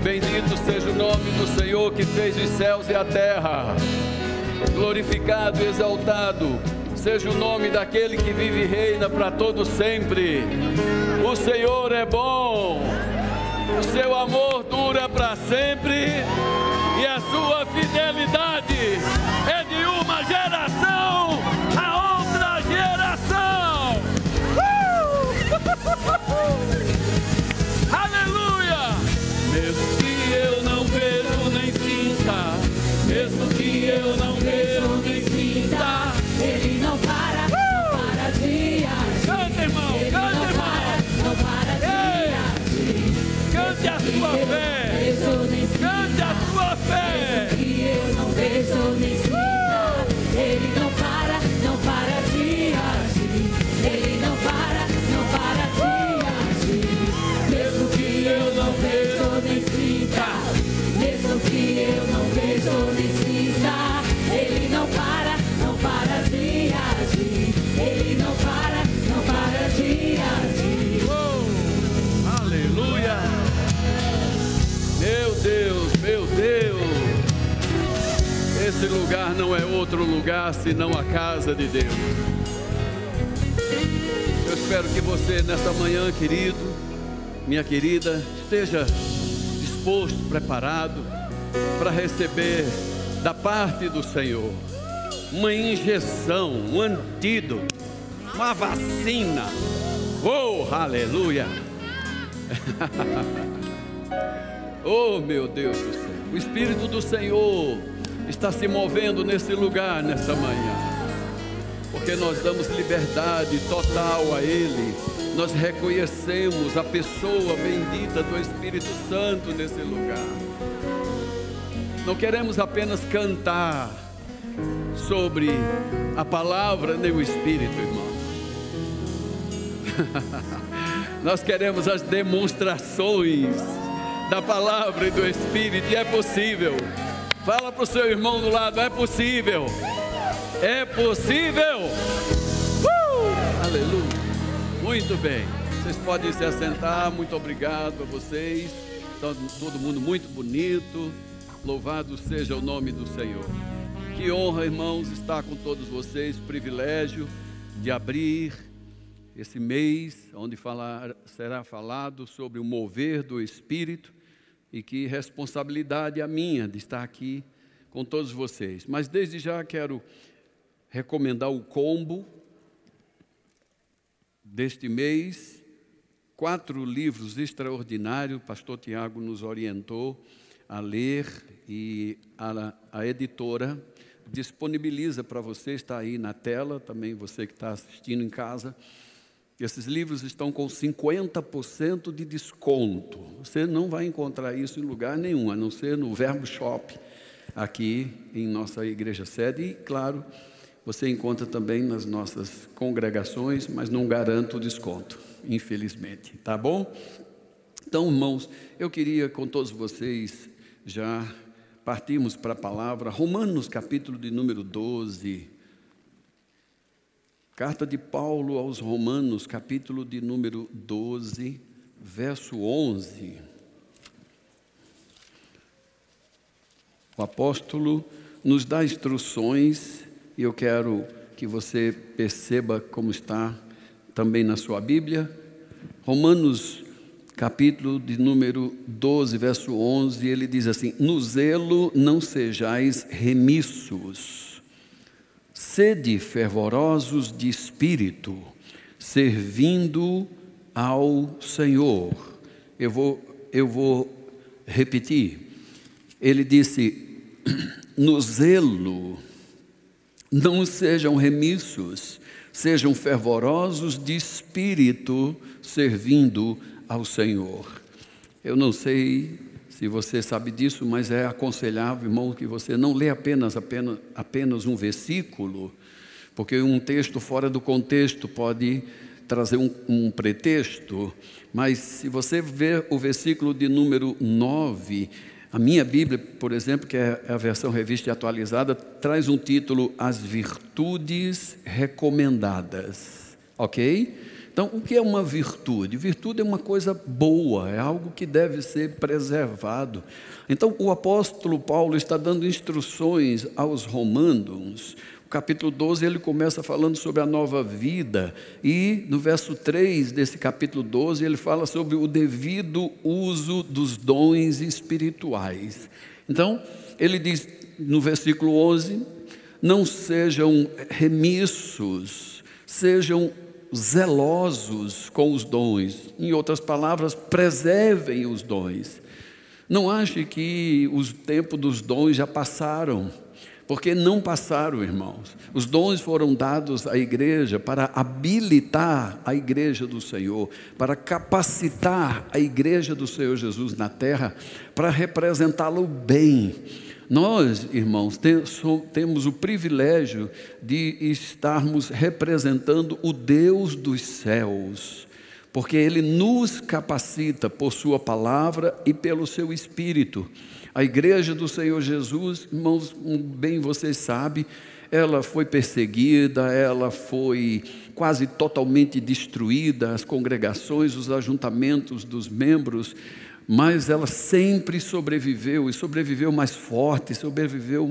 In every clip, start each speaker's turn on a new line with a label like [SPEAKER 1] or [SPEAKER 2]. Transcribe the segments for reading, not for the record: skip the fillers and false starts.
[SPEAKER 1] Bendito seja o nome do Senhor que fez os céus e a terra. Glorificado e exaltado seja o nome daquele que vive e reina para todo sempre. O Senhor é bom, o seu amor dura para sempre e a sua fidelidade é de uma geração a outra geração. Aleluia! Mesmo que eu não vejo nem sinta, mesmo que eu não vejo nem sinta,
[SPEAKER 2] Ele não para, não para de agir.
[SPEAKER 1] canta, irmão,
[SPEAKER 2] Ele
[SPEAKER 1] canta,
[SPEAKER 2] não
[SPEAKER 1] irmão.
[SPEAKER 2] para, não para de
[SPEAKER 1] Ei,
[SPEAKER 2] agir.
[SPEAKER 1] cante a sua fé,
[SPEAKER 2] Vejo nem
[SPEAKER 1] cante a sua fé.
[SPEAKER 2] que eu não vejo nem sinta. Ele não para, não para de agir. Ele não para, não para de agir. Mesmo que eu não vejo nem sinta, mesmo que eu não vejo nem sinta, Ele não para, não para de agir. Ele não para, não para de agir.
[SPEAKER 1] Oh, aleluia! Meu Deus, meu Deus! Esse lugar não é outro lugar senão a casa de Deus. Eu espero que você nessa manhã, querido, minha querida, esteja disposto, preparado para receber da parte do Senhor uma injeção, um antídoto, uma vacina. Oh, aleluia! Oh, meu Deus do céu, o Espírito do Senhor está se movendo nesse lugar, nessa manhã, porque nós damos liberdade total a Ele, nós reconhecemos a pessoa bendita do Espírito Santo nesse lugar. Não queremos apenas cantar sobre a palavra nem o Espírito, irmão. Nós queremos as demonstrações da palavra e do Espírito, e é possível. Fala para o seu irmão do lado, é possível. É possível. Aleluia. Muito bem. Vocês podem se assentar. Muito obrigado a vocês. Todo mundo muito bonito. Louvado seja o nome do Senhor. Que honra, irmãos, estar com todos vocês. Privilégio de abrir esse mês, onde será falado sobre o mover do Espírito. E que responsabilidade a minha de estar aqui com todos vocês. Mas desde já quero recomendar o combo deste mês. 4 livros extraordinários. O pastor Tiago nos orientou a ler e a editora disponibiliza para você, está aí na tela, também você que está assistindo em casa. Esses livros estão com 50% de desconto. Você não vai encontrar isso em lugar nenhum, a não ser no Verbo Shop, aqui em nossa igreja sede. E, claro, você encontra também nas nossas congregações, mas não garanto o desconto, infelizmente. Tá bom? Então, irmãos, eu queria com todos vocês já partirmos para a palavra. Romanos, capítulo de número 12. Carta de Paulo aos Romanos, capítulo de número 12, verso 11. O apóstolo nos dá instruções, e eu quero que você perceba como está também na sua Bíblia. Romanos, capítulo de número 12, verso 11, ele diz assim: no zelo não sejais remissos, sede fervorosos de espírito, servindo ao Senhor. Eu vou repetir. Ele disse: no zelo, não sejam remissos, sejam fervorosos de espírito, servindo ao Senhor. Eu não sei se você sabe disso, mas é aconselhável, irmão, que você não lê apenas um versículo, porque um texto fora do contexto pode trazer um pretexto. Mas se você ver o versículo de número 9, a minha Bíblia, por exemplo, que é a versão revista e atualizada, traz um título: As Virtudes Recomendadas. Ok? Então, o que é uma virtude? Virtude é uma coisa boa, é algo que deve ser preservado. Então, o apóstolo Paulo está dando instruções aos romanos. O capítulo 12, ele começa falando sobre a nova vida, e no verso 3 desse capítulo 12, ele fala sobre o devido uso dos dons espirituais. Então, ele diz no versículo 11, não sejam remissos, sejam zelosos com os dons. Em outras palavras, preservem os dons. Não ache que os tempos dos dons já passaram, porque não passaram, irmãos. Os dons foram dados à igreja para habilitar a igreja do Senhor, para capacitar a igreja do Senhor Jesus na terra, para representá-lo bem. Nós, irmãos, temos o privilégio de estarmos representando o Deus dos céus, porque Ele nos capacita por Sua palavra e pelo Seu Espírito. A igreja do Senhor Jesus, irmãos, bem vocês sabem, ela foi perseguida, ela foi quase totalmente destruída, as congregações, os ajuntamentos dos membros, mas ela sempre sobreviveu, e sobreviveu mais forte, sobreviveu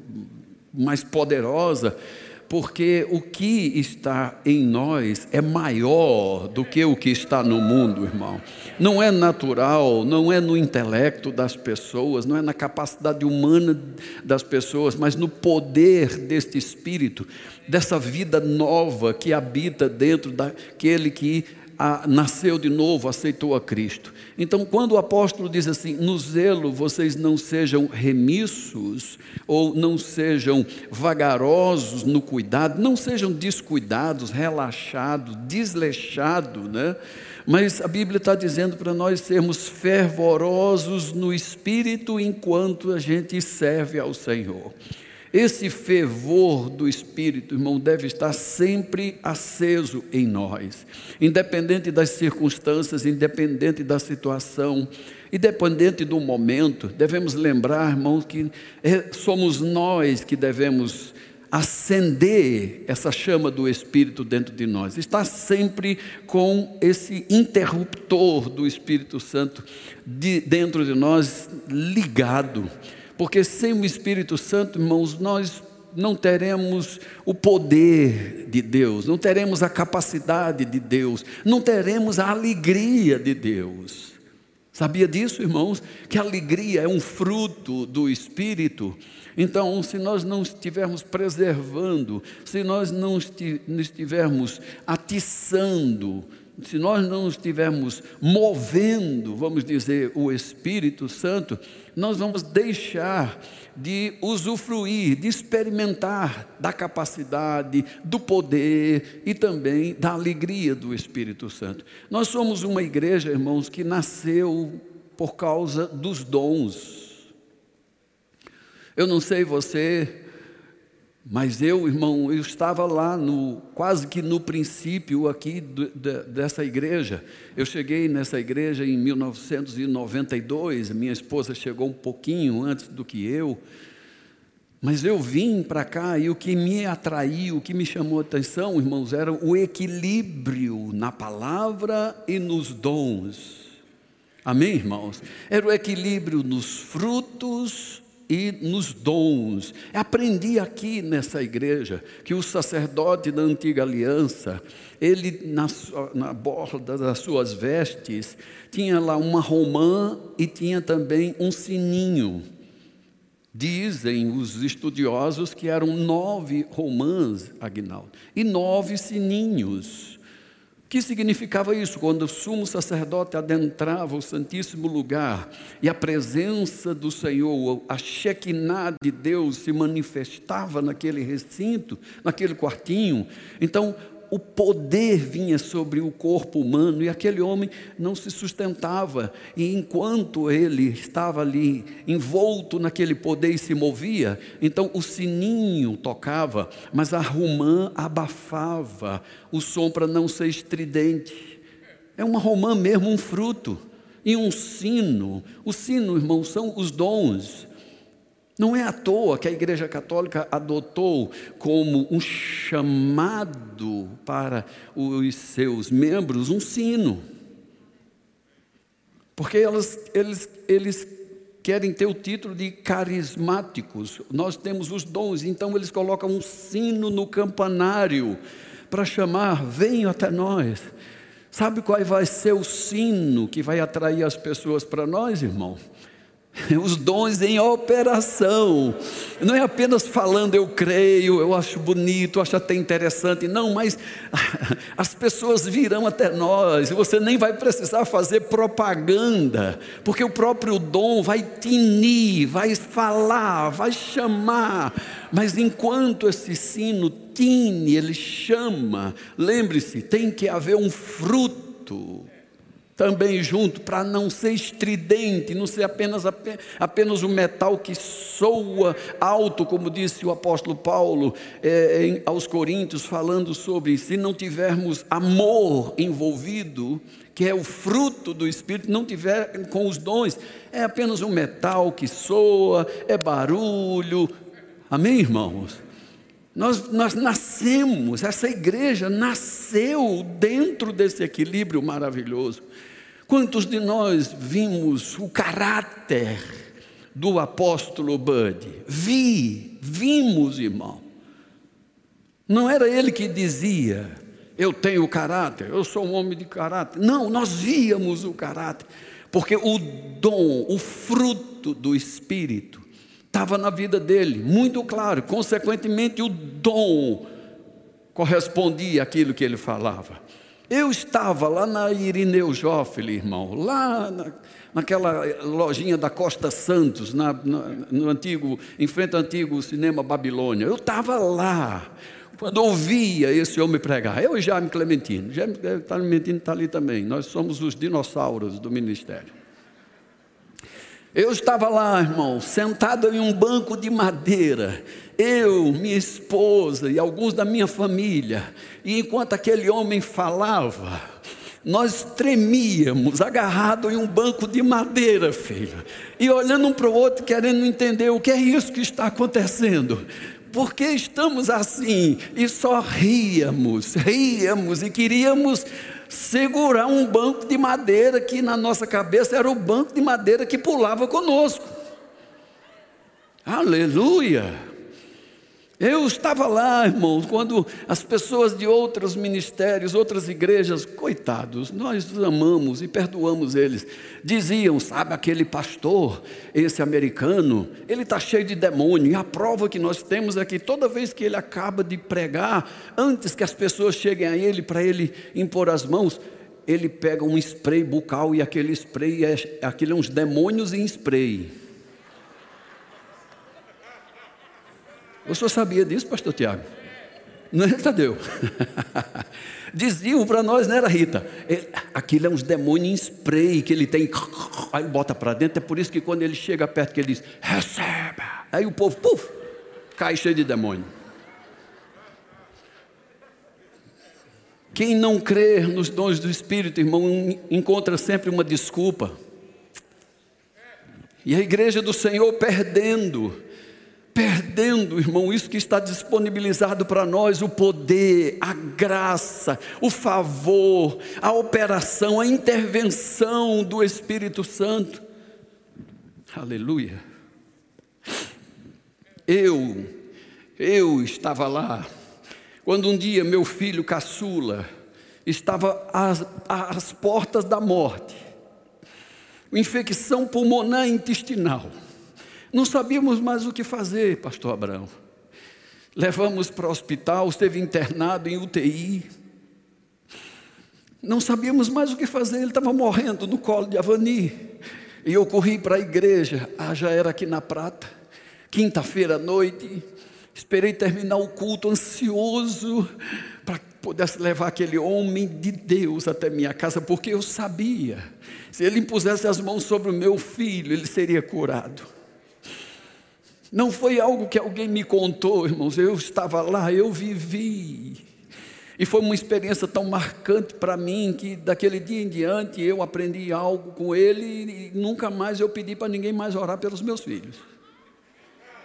[SPEAKER 1] mais poderosa, porque o que está em nós é maior do que o que está no mundo, irmão. Não é natural, não é no intelecto das pessoas, não é na capacidade humana das pessoas, mas no poder deste Espírito, dessa vida nova que habita dentro daquele que nasceu de novo, aceitou a Cristo. Então, quando o apóstolo diz assim, no zelo vocês não sejam remissos, ou não sejam vagarosos no cuidado, não sejam descuidados, relaxados, desleixados, né? Mas a Bíblia está dizendo para nós sermos fervorosos no Espírito enquanto a gente serve ao Senhor. Esse fervor do Espírito, irmão, deve estar sempre aceso em nós, independente das circunstâncias, independente da situação, independente do momento. Devemos lembrar, irmãos, que somos nós que devemos acender essa chama do Espírito dentro de nós, está sempre com esse interruptor do Espírito Santo dentro de nós ligado. Porque sem o Espírito Santo, irmãos, nós não teremos o poder de Deus, não teremos a capacidade de Deus, não teremos a alegria de Deus. Sabia disso, irmãos? Que a alegria é um fruto do Espírito. Então, se nós não estivermos preservando, se nós não estivermos atiçando, se nós não estivermos movendo, vamos dizer, o Espírito Santo, nós vamos deixar de usufruir, de experimentar da capacidade, do poder e também da alegria do Espírito Santo. Nós somos uma igreja, irmãos, que nasceu por causa dos dons. Eu não sei você, mas eu, irmão, eu estava lá quase que no princípio aqui dessa igreja. Eu cheguei nessa igreja em 1992, minha esposa chegou um pouquinho antes do que eu, mas eu vim para cá e o que me atraiu, o que me chamou a atenção, irmãos, era o equilíbrio na palavra e nos dons. Amém, irmãos? Era o equilíbrio nos frutos e nos dons. Aprendi aqui nessa igreja que o sacerdote da antiga aliança, ele na borda das suas vestes tinha lá uma romã e tinha também um sininho. Dizem os estudiosos que eram 9 romãs, Aguinaldo, e 9 sininhos. O que significava isso? Quando o sumo sacerdote adentrava o santíssimo lugar e a presença do Senhor, a Shekinah de Deus se manifestava naquele recinto, naquele quartinho, então o poder vinha sobre o corpo humano e aquele homem não se sustentava, e enquanto ele estava ali envolto naquele poder e se movia, então o sininho tocava, mas a romã abafava o som para não ser estridente. É uma romã mesmo, um fruto, e um sino. O sino, irmãos, são os dons. Não é à toa que a Igreja Católica adotou como um chamado para os seus membros um sino. Porque eles querem ter o título de carismáticos. Nós temos os dons, então eles colocam um sino no campanário para chamar: venham até nós. Sabe qual vai ser o sino que vai atrair as pessoas para nós, irmão? Os dons em operação. Não é apenas falando eu creio, eu acho bonito, eu acho até interessante. Não, mas as pessoas virão até nós. E você nem vai precisar fazer propaganda, porque o próprio dom vai tinir, vai falar, vai chamar. Mas enquanto esse sino tine, ele chama, lembre-se, tem que haver um fruto também junto, para não ser estridente, não ser apenas um metal que soa alto, como disse o apóstolo Paulo aos Coríntios, falando sobre: se não tivermos amor envolvido, que é o fruto do Espírito, não tiver com os dons, é apenas um metal que soa, é barulho. Amém, irmãos? Nós nascemos, essa igreja nasceu dentro desse equilíbrio maravilhoso. Quantos de nós vimos o caráter do apóstolo Bud? Vimos, irmão. Não era ele que dizia: eu tenho caráter, eu sou um homem de caráter. Não, nós víamos o caráter, porque o dom, o fruto do Espírito estava na vida dele, muito claro. Consequentemente, o dom correspondia àquilo que ele falava. Eu estava lá na Irineu Joffre, irmão, lá naquela lojinha da Costa Santos, no antigo, em frente ao antigo cinema Babilônia. Eu estava lá quando ouvia esse homem pregar. Eu e Jaime Clementino. Jaime Clementino está ali também. Nós somos os dinossauros do ministério. Eu estava lá, irmão, sentado em um banco de madeira, eu, minha esposa e alguns da minha família, e enquanto aquele homem falava, nós tremíamos, agarrados em um banco de madeira, filho, e olhando um para o outro, querendo entender o que é isso que está acontecendo. Por que estamos assim? E só ríamos e queríamos segurar um banco de madeira que na nossa cabeça era o banco de madeira que pulava conosco. Aleluia! Eu estava lá, irmãos, quando as pessoas de outros ministérios, outras igrejas, coitados, nós os amamos e perdoamos eles, diziam: sabe aquele pastor, esse americano, ele está cheio de demônio. E a prova que nós temos é que toda vez que ele acaba de pregar, antes que as pessoas cheguem a ele, para ele impor as mãos, ele pega um spray bucal, e aquele spray aquele é uns demônios em spray. O senhor sabia disso, pastor Tiago? Não é, Tadeu? Diziam para nós, não era Rita, aquilo é uns demônios em spray que ele tem, aí ele bota para dentro. É por isso que quando ele chega perto, que ele diz: receba, aí o povo, puf, cai cheio de demônio. Quem não crê nos dons do Espírito, irmão, encontra sempre uma desculpa. E a igreja do Senhor perdendo, irmão, isso que está disponibilizado para nós: o poder, a graça, o favor, a operação, a intervenção do Espírito Santo. Aleluia. Eu estava lá, quando um dia meu filho caçula estava às portas da morte, infecção pulmonar intestinal. Não sabíamos mais o que fazer, pastor Abraão. Levamos para o hospital, esteve internado em UTI. Não sabíamos mais o que fazer, ele estava morrendo no colo de Avani. E eu corri para a igreja, já era aqui na Prata, quinta-feira à noite. Esperei terminar o culto, ansioso, para que pudesse levar aquele homem de Deus até minha casa, porque eu sabia, se ele impusesse as mãos sobre o meu filho, ele seria curado. Não foi algo que alguém me contou, irmãos, eu estava lá, eu vivi. E foi uma experiência tão marcante para mim, que daquele dia em diante eu aprendi algo com ele, e nunca mais eu pedi para ninguém mais orar pelos meus filhos.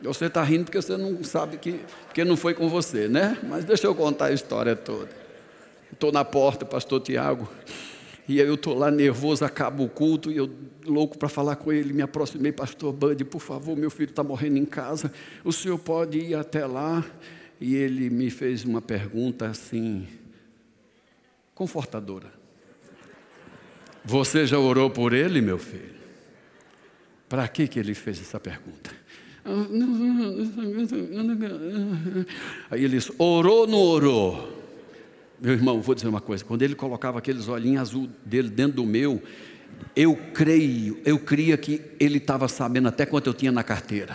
[SPEAKER 1] Você está rindo porque você não sabe porque não foi com você, né? Mas deixa eu contar a história toda. Estou na porta, pastor Tiago, e aí eu estou lá nervoso, acaba o culto, e eu louco para falar com ele, me aproximei, pastor Bud, por favor, meu filho está morrendo em casa, o senhor pode ir até lá? E ele me fez uma pergunta assim, confortadora. Você já orou por ele, meu filho? Para que ele fez essa pergunta? Aí ele disse, orou ou não orou? Meu irmão, vou dizer uma coisa, quando ele colocava aqueles olhinhos azul dele dentro do meu, eu cria que ele estava sabendo até quanto eu tinha na carteira.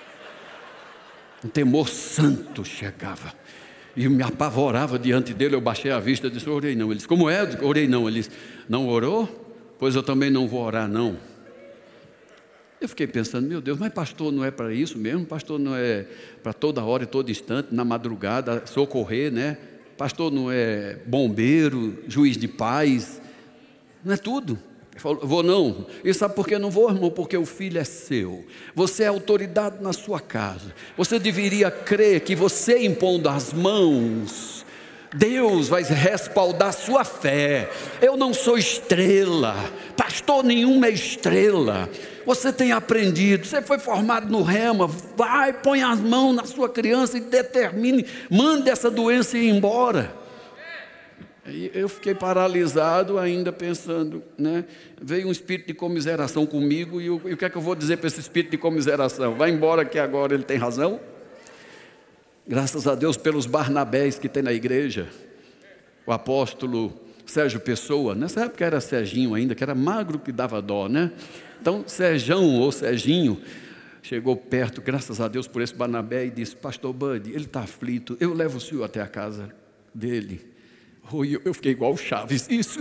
[SPEAKER 1] Um temor santo chegava, e eu me apavorava diante dele, eu baixei a vista, disse, orei não. Ele disse, como é? Eu disse, orei não. Ele disse, não orou? Pois eu também não vou orar não. Eu fiquei pensando, meu Deus, mas pastor não é para isso mesmo? Pastor não é para toda hora e todo instante, na madrugada, socorrer, né? Pastor não é bombeiro, juiz de paz, não é tudo. Ele falou, vou não. E sabe por que não vou, irmão? Porque o filho é seu. Você é autoridade na sua casa. Você deveria crer que você impondo as mãos, Deus vai respaldar sua fé. Eu não sou estrela, pastor nenhum é estrela. Você tem aprendido, você foi formado no rema, vai, põe as mãos na sua criança e determine, mande essa doença ir embora. E eu fiquei paralisado ainda pensando, né? Veio um espírito de comiseração comigo e o que é que eu vou dizer para esse espírito de comiseração? Vai embora que agora ele tem razão? Graças a Deus pelos Barnabés que tem na igreja. O apóstolo Sérgio Pessoa, nessa época era Serginho ainda, que era magro que dava dó, né? Então Serjão ou Serginho chegou perto, graças a Deus por esse Barnabé, e disse, pastor Bud, ele está aflito, eu levo o senhor até a casa dele. Eu fiquei igual o Chaves, isso.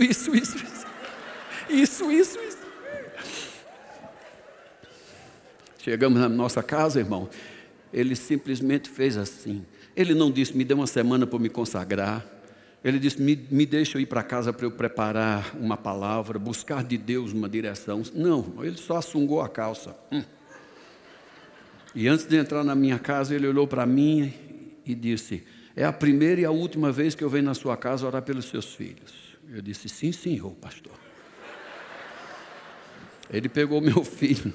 [SPEAKER 1] Chegamos na nossa casa, irmão, ele simplesmente fez assim. Ele não disse, me dê uma semana para me consagrar. Ele disse, me deixa eu ir para casa para eu preparar uma palavra, buscar de Deus uma direção. Não, ele só assungou a calça. E antes de entrar na minha casa, ele olhou para mim e disse, é a primeira e a última vez que eu venho na sua casa orar pelos seus filhos. Eu disse, sim, senhor, pastor. Ele pegou meu filho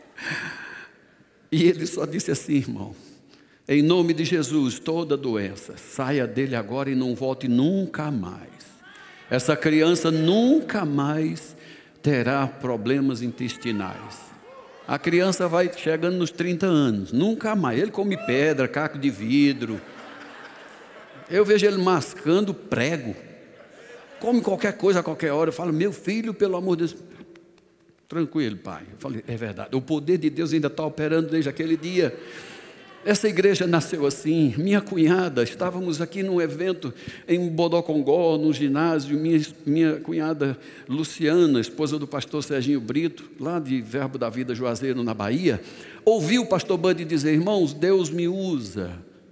[SPEAKER 1] e ele só disse assim, irmão, em nome de Jesus, toda doença, saia dele agora e não volte nunca mais. Essa criança nunca mais terá problemas intestinais. A criança vai chegando nos 30 anos, nunca mais. Ele come pedra, caco de vidro. Eu vejo ele mascando prego. Come qualquer coisa a qualquer hora. Eu falo, meu filho, pelo amor de Deus. Tranquilo, pai. Eu falei, é verdade. O poder de Deus ainda está operando desde aquele dia. Essa igreja nasceu assim. Minha cunhada, estávamos aqui num evento em Bodocongó, no ginásio. Minha cunhada Luciana, esposa do pastor Serginho Brito, lá de Verbo da Vida Juazeiro, na Bahia, ouviu o pastor Bud dizer, irmãos, Deus me usa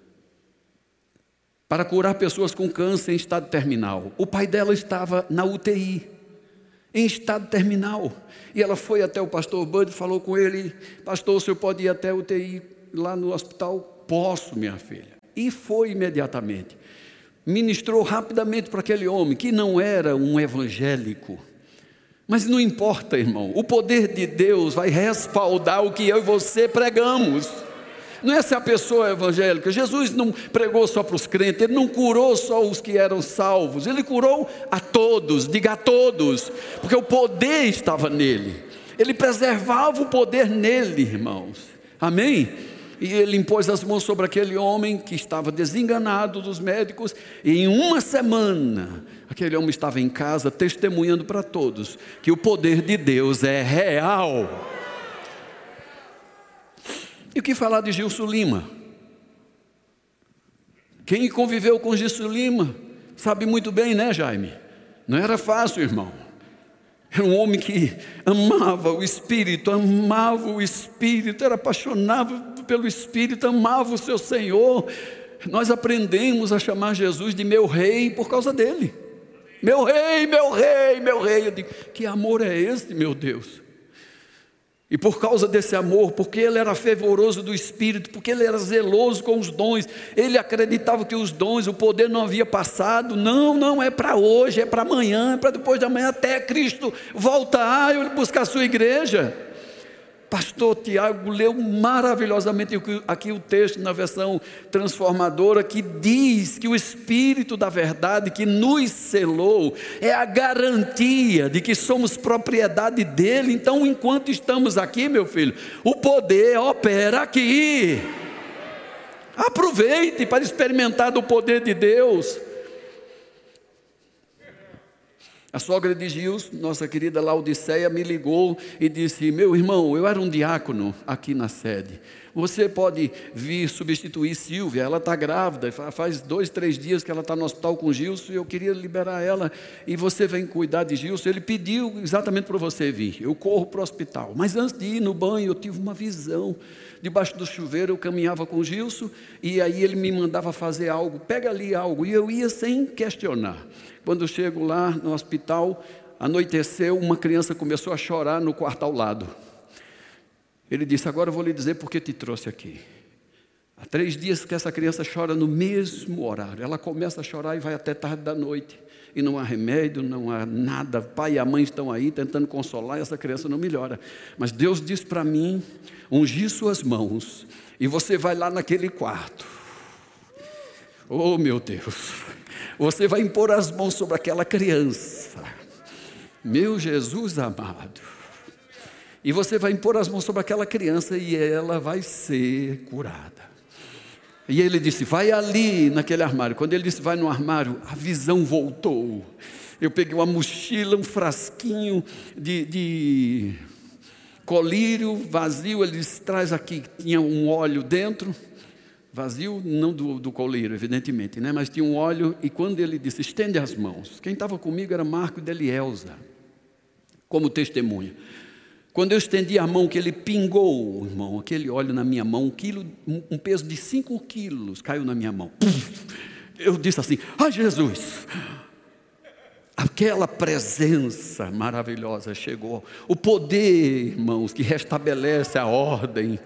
[SPEAKER 1] para curar pessoas com câncer em estado terminal. O pai dela estava na UTI, em estado terminal. E ela foi até o pastor Bud e falou com ele, pastor, o senhor pode ir até a UTI lá no hospital? Posso, minha filha. E foi imediatamente. Ministrou rapidamente para aquele homem, que não era um evangélico. Mas não importa, irmão. O poder de Deus vai respaldar o que eu e você pregamos. Não é se a pessoa é evangélica. Jesus não pregou só para os crentes, Ele não curou só os que eram salvos, Ele curou a todos, diga a todos, porque o poder estava nele, Ele preservava o poder nele, irmãos, amém? E Ele impôs as mãos sobre aquele homem que estava desenganado dos médicos, e em uma semana, aquele homem estava em casa testemunhando para todos, que o poder de Deus é real. E o que falar de Gilson Lima? Quem conviveu com Gilson Lima sabe muito bem, né, Jaime? Não era fácil, irmão. Era um homem que amava o Espírito, era apaixonado pelo Espírito, amava o seu Senhor. Nós aprendemos a chamar Jesus de meu rei por causa dele. Meu rei, meu rei, meu rei. Eu digo, que amor é esse, meu Deus? E por causa desse amor, porque ele era fervoroso do Espírito, porque ele era zeloso com os dons, ele acreditava que os dons, o poder não havia passado. Não é para hoje, é para amanhã, é para depois de amanhã, até Cristo voltar e buscar a sua igreja. Pastor Tiago leu maravilhosamente aqui o texto na versão transformadora, que diz que o Espírito da verdade que nos selou é a garantia de que somos propriedade dele. Então, enquanto estamos aqui, meu filho, o poder opera aqui. Aproveite para experimentar do poder de Deus. A sogra de Gilson, nossa querida Laodiceia, me ligou e disse: meu irmão, eu era um diácono aqui na sede, você pode vir substituir Silvia, ela está grávida, faz 2, 3 dias que ela está no hospital com Gilson, e eu queria liberar ela, e você vem cuidar de Gilson. Ele pediu exatamente para você vir. Eu corro para o hospital, mas antes de ir no banho, eu tive uma visão. Debaixo do chuveiro eu caminhava com Gilson, e aí ele me mandava fazer algo, pega ali algo, e eu ia sem questionar. Quando eu chego lá no hospital, anoiteceu, uma criança começou a chorar no quarto ao lado. Ele disse: agora eu vou lhe dizer por que te trouxe aqui. Há 3 dias que essa criança chora no mesmo horário. Ela começa a chorar e vai até tarde da noite. E não há remédio, não há nada. O pai e a mãe estão aí tentando consolar, e essa criança não melhora. Mas Deus disse para mim: ungir suas mãos, e você vai lá naquele quarto. Oh, meu Deus! Você vai impor as mãos sobre aquela criança, meu Jesus amado, e você vai impor as mãos sobre aquela criança e ela vai ser curada. E ele disse: vai ali naquele armário. Quando ele disse vai no armário, a visão voltou. Eu peguei uma mochila, um frasquinho de colírio vazio. Ele disse: traz aqui. Tinha um óleo dentro, vazio, não do colírio, evidentemente, né? Mas tinha um óleo. E quando ele disse: estende as mãos, quem estava comigo era Marco e Delielza, como testemunha. Quando eu estendi a mão, que ele pingou, irmão, aquele óleo na minha mão, um peso de 5 quilos caiu na minha mão. Eu disse assim: ai, Jesus! Aquela presença maravilhosa chegou. O poder, irmãos, que restabelece a ordem.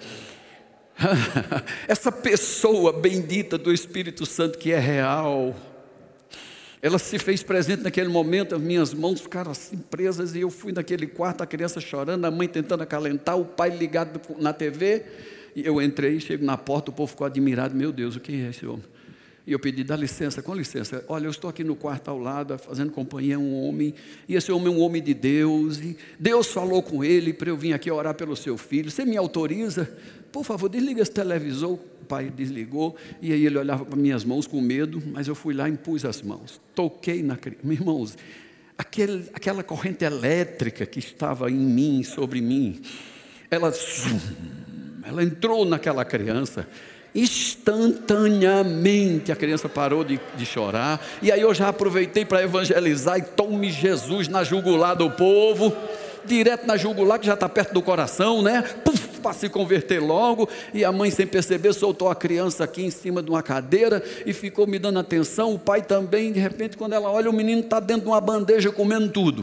[SPEAKER 1] Essa pessoa bendita do Espírito Santo que é real, ela se fez presente naquele momento. As minhas mãos ficaram assim presas, e eu fui naquele quarto, a criança chorando, a mãe tentando acalentar, o pai ligado na TV, e eu entrei, chego na porta, o povo ficou admirado: meu Deus, o que é esse homem? E eu pedi: dá licença, com licença, olha, eu estou aqui no quarto ao lado, fazendo companhia a um homem, e esse homem é um homem de Deus, e Deus falou com ele para eu vir aqui orar pelo seu filho, você me autoriza? Por favor, desliga esse televisor. O pai desligou, e aí ele olhava para minhas mãos com medo, mas eu fui lá e impus as mãos, toquei na criança. Meus irmãos, aquela corrente elétrica que estava em mim, sobre mim, ela entrou naquela criança. Instantaneamente a criança parou de chorar. E aí eu já aproveitei para evangelizar, e tome Jesus na jugular do povo, direto na jugular, que já está perto do coração, né? Puf, para se converter logo. E a mãe, sem perceber, soltou a criança aqui em cima de uma cadeira e ficou me dando atenção. O pai também. De repente, quando ela olha, o menino está dentro de uma bandeja comendo tudo.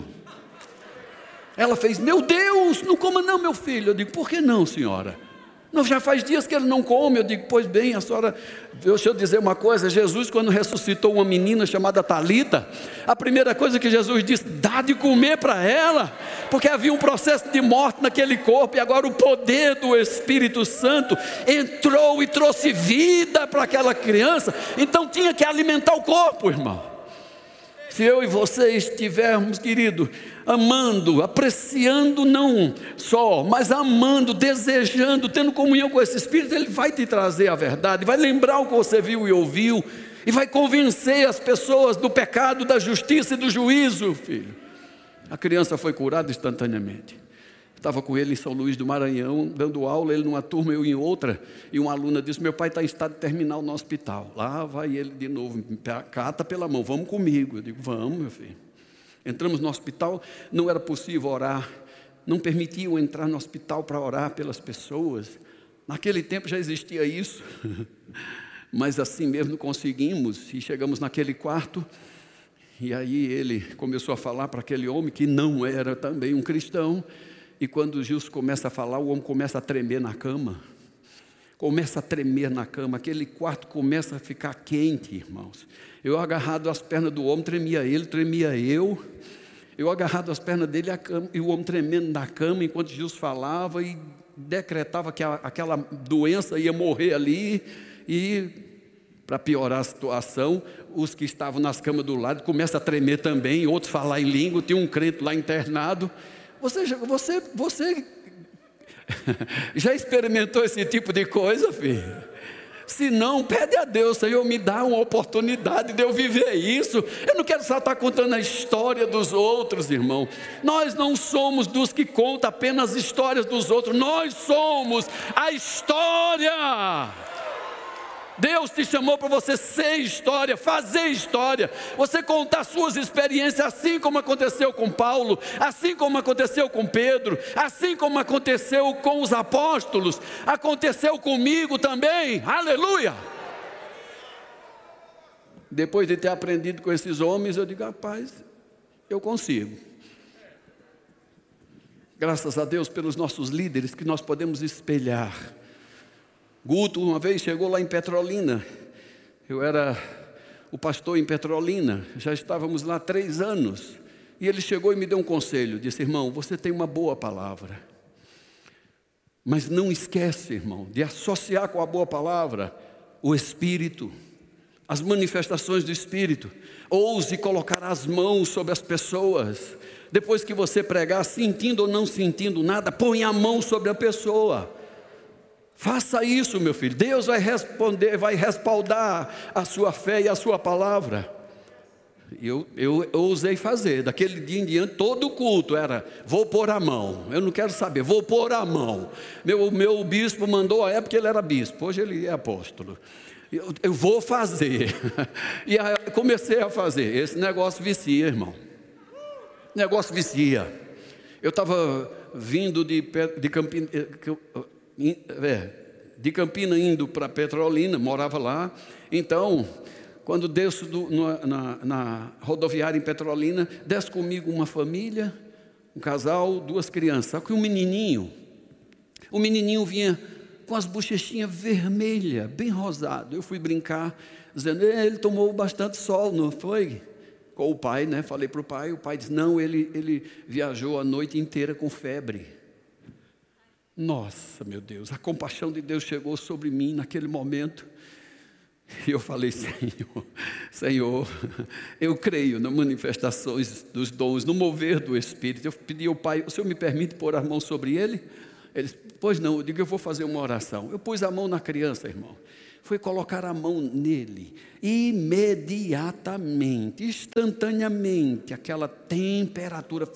[SPEAKER 1] Ela fez: meu Deus, não coma não, meu filho. Eu digo: por que não, senhora? Não, já faz dias que ele não come. Eu digo: pois bem, a senhora, deixa eu dizer uma coisa. Jesus, quando ressuscitou uma menina chamada Talita, a primeira coisa que Jesus disse: dá de comer para ela, porque havia um processo de morte naquele corpo, e agora o poder do Espírito Santo entrou e trouxe vida para aquela criança. Então tinha que alimentar o corpo, irmão. Se eu e você estivermos, querido, amando, apreciando não só, mas amando, desejando, tendo comunhão com esse Espírito, ele vai te trazer a verdade, vai lembrar o que você viu e ouviu, e vai convencer as pessoas do pecado, da justiça e do juízo, filho. A criança foi curada instantaneamente. Estava com ele em São Luís do Maranhão, dando aula, ele numa turma, eu em outra, e uma aluna disse: meu pai está em estado terminal no hospital. Lá vai ele de novo, me cata pela mão: vamos comigo. Eu digo: vamos, meu filho. Entramos no hospital, não era possível orar, não permitiam entrar no hospital para orar pelas pessoas. Naquele tempo já existia isso, mas assim mesmo conseguimos, e chegamos naquele quarto, e aí ele começou a falar para aquele homem, que não era também um cristão, E quando o Gilson começa a falar, o homem começa a tremer na cama. Começa a tremer na cama, aquele quarto começa a ficar quente, irmãos. Eu agarrado às pernas do homem, tremia ele, tremia eu. Eu agarrado às pernas dele e o homem tremendo na cama, enquanto Gilson falava e decretava que aquela doença ia morrer ali. E, para piorar a situação, os que estavam nas camas do lado começam a tremer também, outros falar em língua, tinha um crente lá internado. Você já experimentou esse tipo de coisa, filho? Se não, pede a Deus: Senhor, me dá uma oportunidade de eu viver isso. Eu não quero só estar contando a história dos outros, irmão. Nós não somos dos que contam apenas as histórias dos outros. Nós somos a história. Deus te chamou para você ser história, fazer história, você contar suas experiências, assim como aconteceu com Paulo, assim como aconteceu com Pedro, assim como aconteceu com os apóstolos, aconteceu comigo também, aleluia. Depois de ter aprendido com esses homens, eu digo: rapaz, eu consigo. Graças a Deus pelos nossos líderes que nós podemos espelhar. Guto uma vez chegou lá em Petrolina, eu era o pastor em Petrolina, já estávamos lá 3 anos, e ele chegou e me deu um conselho, disse: irmão, você tem uma boa palavra, mas não esquece, irmão, de associar com a boa palavra o Espírito, as manifestações do Espírito. Ouse colocar as mãos sobre as pessoas, depois que você pregar, sentindo ou não sentindo nada, põe a mão sobre a pessoa. Faça isso, meu filho. Deus vai responder, vai respaldar a sua fé e a sua palavra. Eu ousei fazer. Daquele dia em diante, todo o culto era: vou pôr a mão. Eu não quero saber, vou pôr a mão. Meu bispo mandou, à época ele era bispo, hoje ele é apóstolo. Eu vou fazer. E aí comecei a fazer. Esse negócio vicia, irmão. Negócio vicia. Eu estava vindo de Campina indo para Petrolina, morava lá. Então, quando desço na rodoviária em Petrolina, desce comigo uma família, um casal, 2 crianças. Só que o menininho vinha com as bochechinhas vermelhas, bem rosado. Eu fui brincar, dizendo: ele tomou bastante sol, não foi? Com o pai, né? Falei para o pai disse: não, ele viajou a noite inteira com febre. Nossa, meu Deus, a compaixão de Deus chegou sobre mim naquele momento. E eu falei: Senhor, eu creio nas manifestações dos dons, no mover do Espírito. Eu pedi ao Pai: o Senhor me permite pôr a mão sobre ele? Ele disse: pois não. Eu digo: eu vou fazer uma oração. Eu pus a mão na criança, irmão. Foi colocar a mão nele. Imediatamente, instantaneamente, aquela temperatura...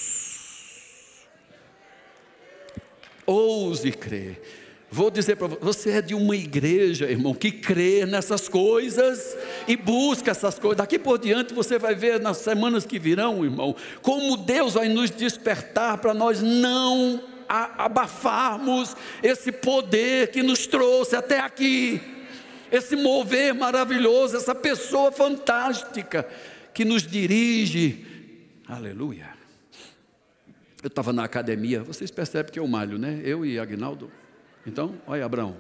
[SPEAKER 1] Ouse crer. Vou dizer para você: você é de uma igreja, irmão, que crê nessas coisas e busca essas coisas. Daqui por diante você vai ver nas semanas que virão, irmão, como Deus vai nos despertar para nós não abafarmos esse poder que nos trouxe até aqui, esse mover maravilhoso, essa pessoa fantástica que nos dirige. Aleluia. Eu estava na academia, vocês percebem que eu malho, né? Eu e Agnaldo. Então, olha, Abraão.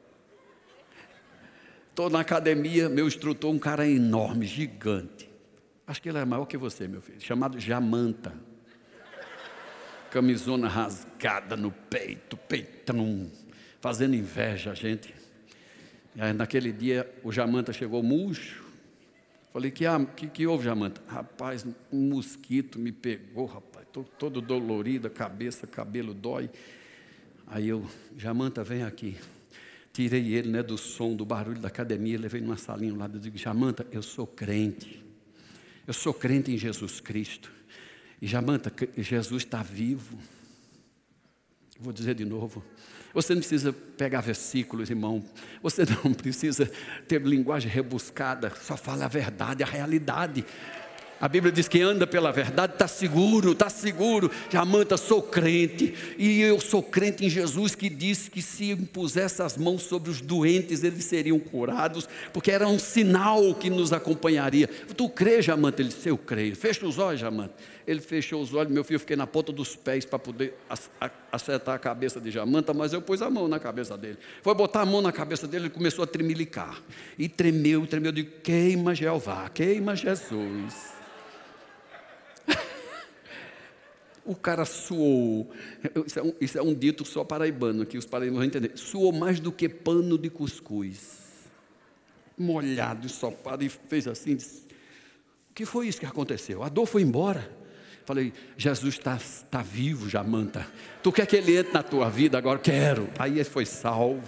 [SPEAKER 1] Estou na academia, meu instrutor, um cara enorme, gigante. Acho que ele é maior que você, meu filho. Chamado Jamanta. Camisona rasgada no peito, peitão, fazendo inveja a gente. E aí, naquele dia, o Jamanta chegou murcho. Falei: que houve, Jamanta? Rapaz, um mosquito me pegou, rapaz. Estou todo dolorido, a cabeça, cabelo dói. Aí eu: Jamanta, vem aqui. Tirei ele, né, do som, do barulho da academia, levei numa salinha lá. Eu digo: Jamanta, eu sou crente. Eu sou crente em Jesus Cristo. E Jamanta, Jesus está vivo. Vou dizer de novo. Você não precisa pegar versículos, irmão. Você não precisa ter linguagem rebuscada. Só fala a verdade, a realidade. A Bíblia diz que anda pela verdade, está seguro, está seguro. Jamanta, sou crente, e eu sou crente em Jesus, que disse que se impusesse as mãos sobre os doentes, eles seriam curados, porque era um sinal que nos acompanharia. Tu crê, Jamanta? Ele disse, eu creio. Fecha os olhos, Jamanta. Ele fechou os olhos, meu filho, eu fiquei na ponta dos pés para poder acertar a cabeça de Jamanta, mas eu pus a mão na cabeça dele. Foi botar a mão na cabeça dele, ele começou a tremelicar. E tremeu, eu digo, queima Jeová, queima Jesus. O cara suou, isso é um dito só paraibano, que os paraibanos vão entender, suou mais do que pano de cuscuz, molhado, ensopado, e fez assim, disse, o que foi isso que aconteceu? A dor foi embora. Falei, Jesus está vivo, Jamanta, tu quer que ele entre na tua vida agora? Quero. Aí ele foi salvo.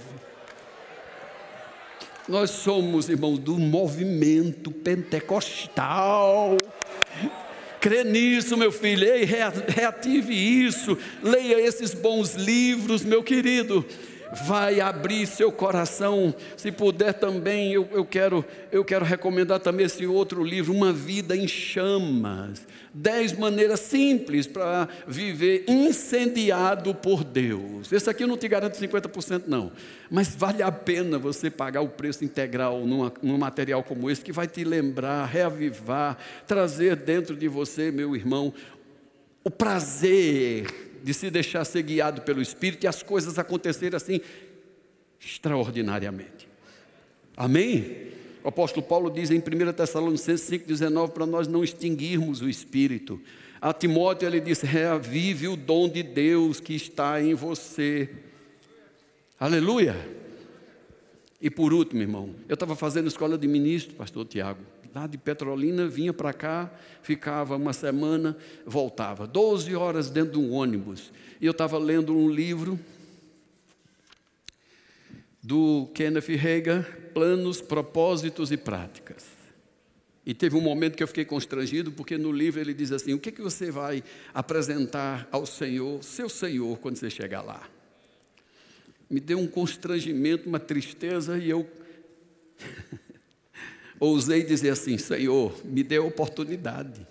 [SPEAKER 1] Nós somos, irmãos, do movimento pentecostal. Crê nisso, meu filho, ei, reative isso, leia esses bons livros, meu querido, vai abrir seu coração. Se puder também, eu quero recomendar também esse outro livro, Uma Vida em Chamas, 10 maneiras simples para viver incendiado por Deus. Esse aqui eu não te garanto 50% não, mas vale a pena você pagar o preço integral num material como esse, que vai te lembrar, reavivar, trazer dentro de você, meu irmão, o prazer de se deixar ser guiado pelo Espírito e as coisas acontecerem assim, extraordinariamente. Amém? O apóstolo Paulo diz em 1 Tessalonicenses 5,19, para nós não extinguirmos o Espírito. A Timóteo ele diz, reavive o dom de Deus que está em você. Aleluia! E por último, irmão, eu estava fazendo escola de ministro, pastor Tiago, lá de Petrolina, vinha para cá, ficava uma semana, voltava, 12 horas dentro de um ônibus, e eu estava lendo um livro do Kenneth Hagin, Planos, Propósitos e Práticas. E teve um momento que eu fiquei constrangido, porque no livro ele diz assim, o que você vai apresentar ao Senhor, seu Senhor, quando você chegar lá? Me deu um constrangimento, uma tristeza, e eu ousei dizer assim, Senhor, me dê oportunidade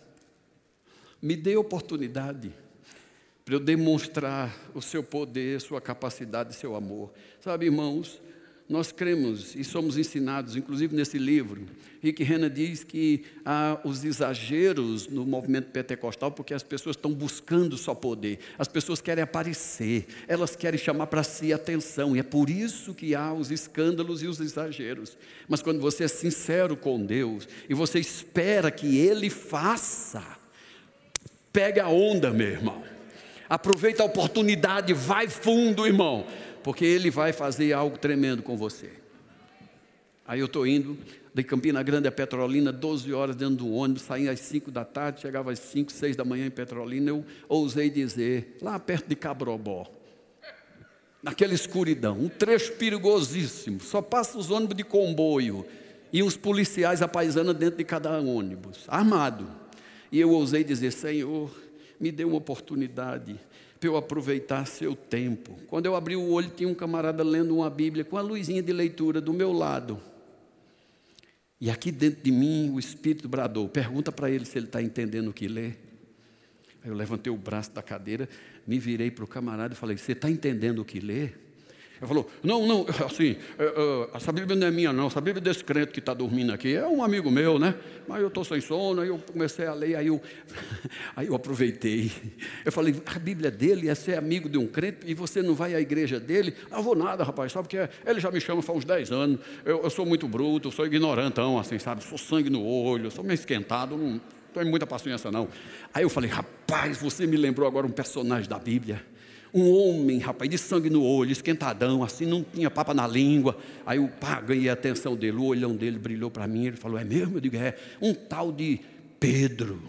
[SPEAKER 1] para eu demonstrar o seu poder, sua capacidade, seu amor. Sabe, irmãos, nós cremos e somos ensinados, inclusive nesse livro, Rick Renner diz que há os exageros no movimento pentecostal, porque as pessoas estão buscando só poder, as pessoas querem aparecer, elas querem chamar para si atenção, e é por isso que há os escândalos e os exageros. Mas quando você é sincero com Deus, e você espera que Ele faça, pega a onda, meu irmão, aproveita a oportunidade, vai fundo, irmão, porque Ele vai fazer algo tremendo com você. Aí eu estou indo de Campina Grande a Petrolina, 12 horas dentro do ônibus, saí às 5 da tarde, chegava às 5, 6 da manhã em Petrolina. Eu ousei dizer, lá perto de Cabrobó, naquela escuridão, um trecho perigosíssimo, só passa os ônibus de comboio e uns policiais apaisando dentro de cada ônibus, armado. E eu ousei dizer, Senhor, me dê uma oportunidade para eu aproveitar seu tempo. Quando eu abri o olho, tinha um camarada lendo uma Bíblia com a luzinha de leitura do meu lado. E aqui dentro de mim, o Espírito bradou, pergunta para ele se ele está entendendo o que lê. Aí eu levantei o braço da cadeira, me virei para o camarada e falei, você está entendendo o que lê? Ele falou, não, assim, essa Bíblia não é minha não, essa Bíblia é desse crente que está dormindo aqui, é um amigo meu, né? Mas eu estou sem sono, aí eu comecei a ler, aí eu aproveitei. Eu falei, a Bíblia dele é ser amigo de um crente e você não vai à igreja dele? Não vou nada, rapaz, sabe porque ele já me chama faz uns 10 anos, eu sou muito bruto, eu sou ignorantão, assim, sabe? Sou sangue no olho, eu sou meio esquentado, não tenho muita paciência não. Aí eu falei, rapaz, você me lembrou agora um personagem da Bíblia. Um homem, rapaz, de sangue no olho, esquentadão, assim, não tinha papa na língua. Aí eu ganhei a atenção dele, o olhão dele brilhou para mim. Ele falou, é mesmo? Eu digo, é. Um tal de Pedro.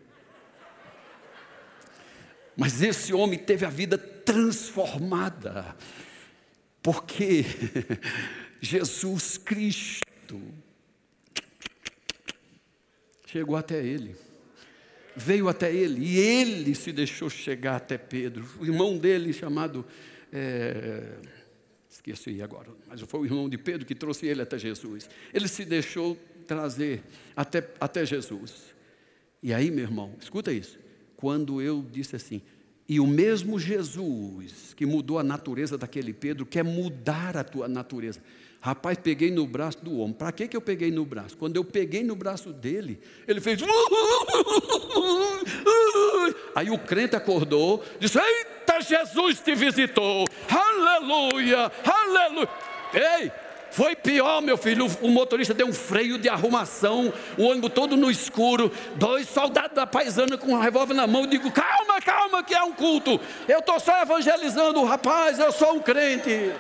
[SPEAKER 1] Mas esse homem teve a vida transformada, porque Jesus Cristo chegou até ele. Veio até ele, e ele se deixou chegar até Pedro. O irmão dele chamado, esqueci agora, mas foi o irmão de Pedro que trouxe ele até Jesus. Ele se deixou trazer até Jesus. E aí, meu irmão, escuta isso. Quando eu disse assim, e o mesmo Jesus que mudou a natureza daquele Pedro, quer mudar a tua natureza. Rapaz, peguei no braço do homem. Para que eu peguei no braço? Quando eu peguei no braço dele, ele fez... Aí o crente acordou, disse, eita, Jesus te visitou. Aleluia, aleluia. Ei, foi pior, meu filho. O motorista deu um freio de arrumação, o ônibus todo no escuro, 2 soldados da paisana com um revólver na mão. Eu digo, calma, calma, que é um culto. Eu estou só evangelizando, rapaz, eu sou um crente.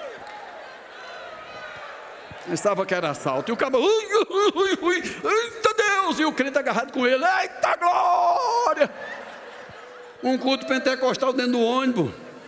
[SPEAKER 1] Pensava que era assalto. E o cabo, eita Deus! E o crente agarrado com ele, eita glória! Um culto pentecostal dentro do ônibus.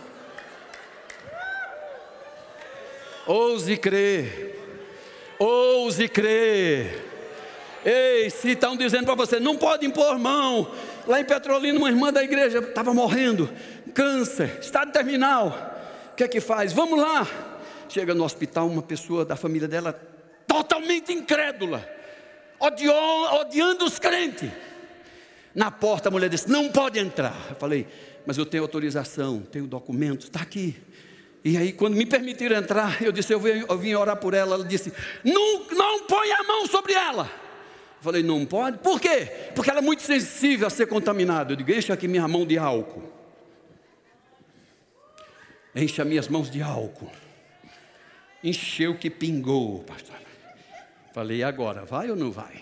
[SPEAKER 1] Ouse crer. Ouse crer. Ei, se estão dizendo para você, não pode impor mão. Lá em Petrolina, uma irmã da igreja estava morrendo, câncer, estado terminal. O que é que faz? Vamos lá. Chega no hospital uma pessoa da família dela, totalmente incrédula, odiando os crentes. Na porta a mulher disse, não pode entrar. Eu falei, mas eu tenho autorização, tenho documentos, está aqui. E aí quando me permitiram entrar, eu disse, eu vim orar por ela. Ela disse, não põe a mão sobre ela. Eu falei, não pode? Por quê? Porque ela é muito sensível a ser contaminada. Eu digo, encha aqui minha mão de álcool. Encha minhas mãos de álcool. Encheu que pingou, pastor. Falei, agora, vai ou não vai?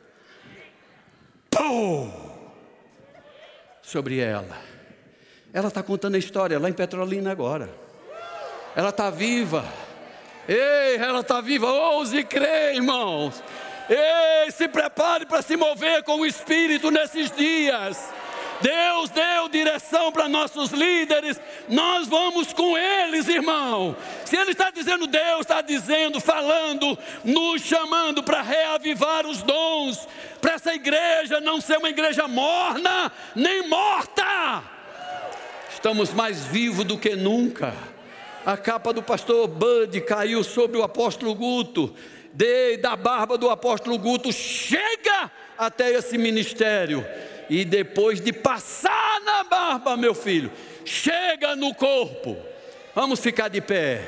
[SPEAKER 1] Pô! Sobre ela. Ela está contando a história lá em Petrolina agora. Ela está viva. Ei, ela está viva. Ouse crer, irmãos. Ei, se prepare para se mover com o Espírito nesses dias. Deus deu direção para nossos líderes, nós vamos com eles, irmão. Se Ele está dizendo, Deus está dizendo, falando, nos chamando para reavivar os dons, para essa igreja não ser uma igreja morna, nem morta. Estamos mais vivos do que nunca. A capa do pastor Bud caiu sobre o apóstolo Guto, da barba do apóstolo Guto, chega até esse ministério. E depois de passar na barba, meu filho, chega no corpo. Vamos ficar de pé.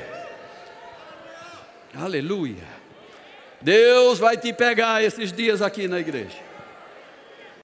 [SPEAKER 1] Aleluia. Deus vai te pegar esses dias aqui na igreja.